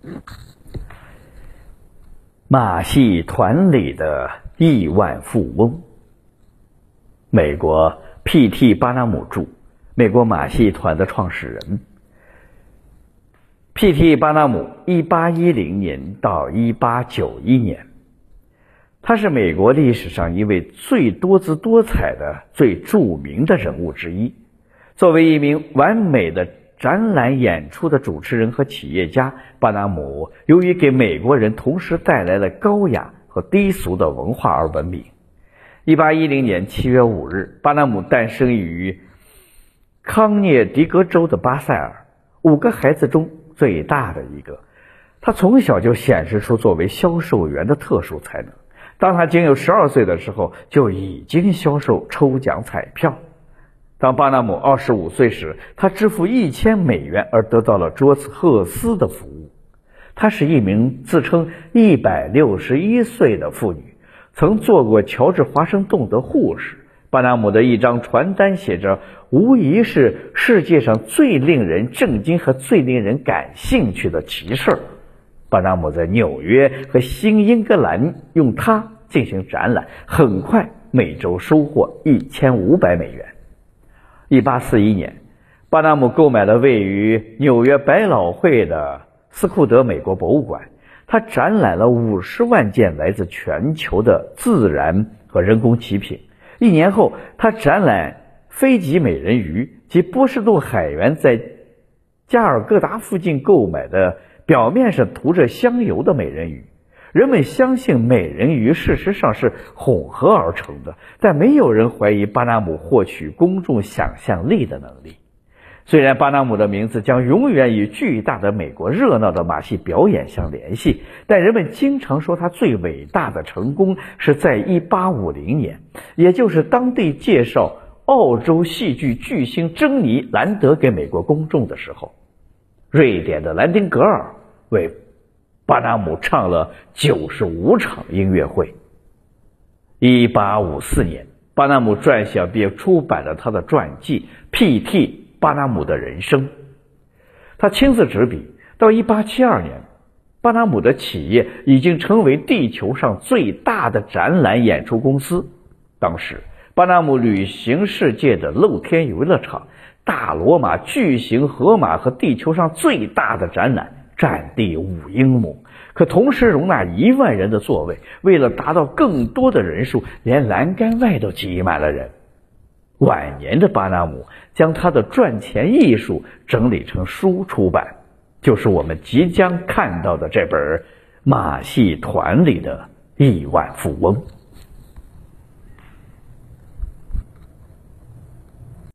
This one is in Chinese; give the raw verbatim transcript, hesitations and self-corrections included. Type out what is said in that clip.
马戏团里的亿万富翁。美国 P T 巴纳姆著，美国马戏团的创始人。P T 巴纳姆一八一零年到一八九一年，他是美国历史上一位最多姿多彩的、最著名的人物之一。作为一名完美的展览演出的主持人和企业家，巴纳姆由于给美国人同时带来了高雅和低俗的文化而闻名。一八一零年七月五日，巴纳姆诞生于康涅狄格州的巴塞尔，五个孩子中最大的一个。他从小就显示出作为销售员的特殊才能。当他仅有十二岁的时候，就已经销售抽奖彩票。当巴纳姆二十五岁时，他支付一千美元而得到了卓斯赫斯的服务。她是一名自称一百六十一岁的妇女，曾做过乔治华盛顿的护士。巴纳姆的一张传单写着，无疑是世界上最令人震惊和最令人感兴趣的奇事。巴纳姆在纽约和新英格兰用它进行展览，很快每周收获一千五百美元。一八四一年，巴纳姆购买了位于纽约百老汇的斯库德美国博物馆，他展览了五十万件来自全球的自然和人工奇品。一年后，他展览飞吉美人鱼及波士顿海员在加尔各答附近购买的表面上涂着香油的美人鱼。人们相信美人鱼事实上是混合而成的，但没有人怀疑巴纳姆获取公众想象力的能力。虽然巴纳姆的名字将永远与巨大的美国热闹的马戏表演相联系，但人们经常说他最伟大的成功是在一八五零年，也就是当地介绍澳洲戏剧巨星珍妮·兰德给美国公众的时候。瑞典的兰丁格尔为巴纳姆唱了九十五场音乐会。一八五四年，巴纳姆撰写并出版了他的传记 P T 巴纳姆的人生。他亲自执笔，到一八七二年，巴纳姆的企业已经成为地球上最大的展览演出公司。当时巴纳姆旅行世界的露天游乐场、大罗马巨型河马和地球上最大的展览占地五英亩，可同时容纳一万人的座位。为了达到更多的人数，连栏杆外都挤满了人。晚年的巴纳姆将他的赚钱艺术整理成书出版，就是我们即将看到的这本《马戏团里的亿万富翁》。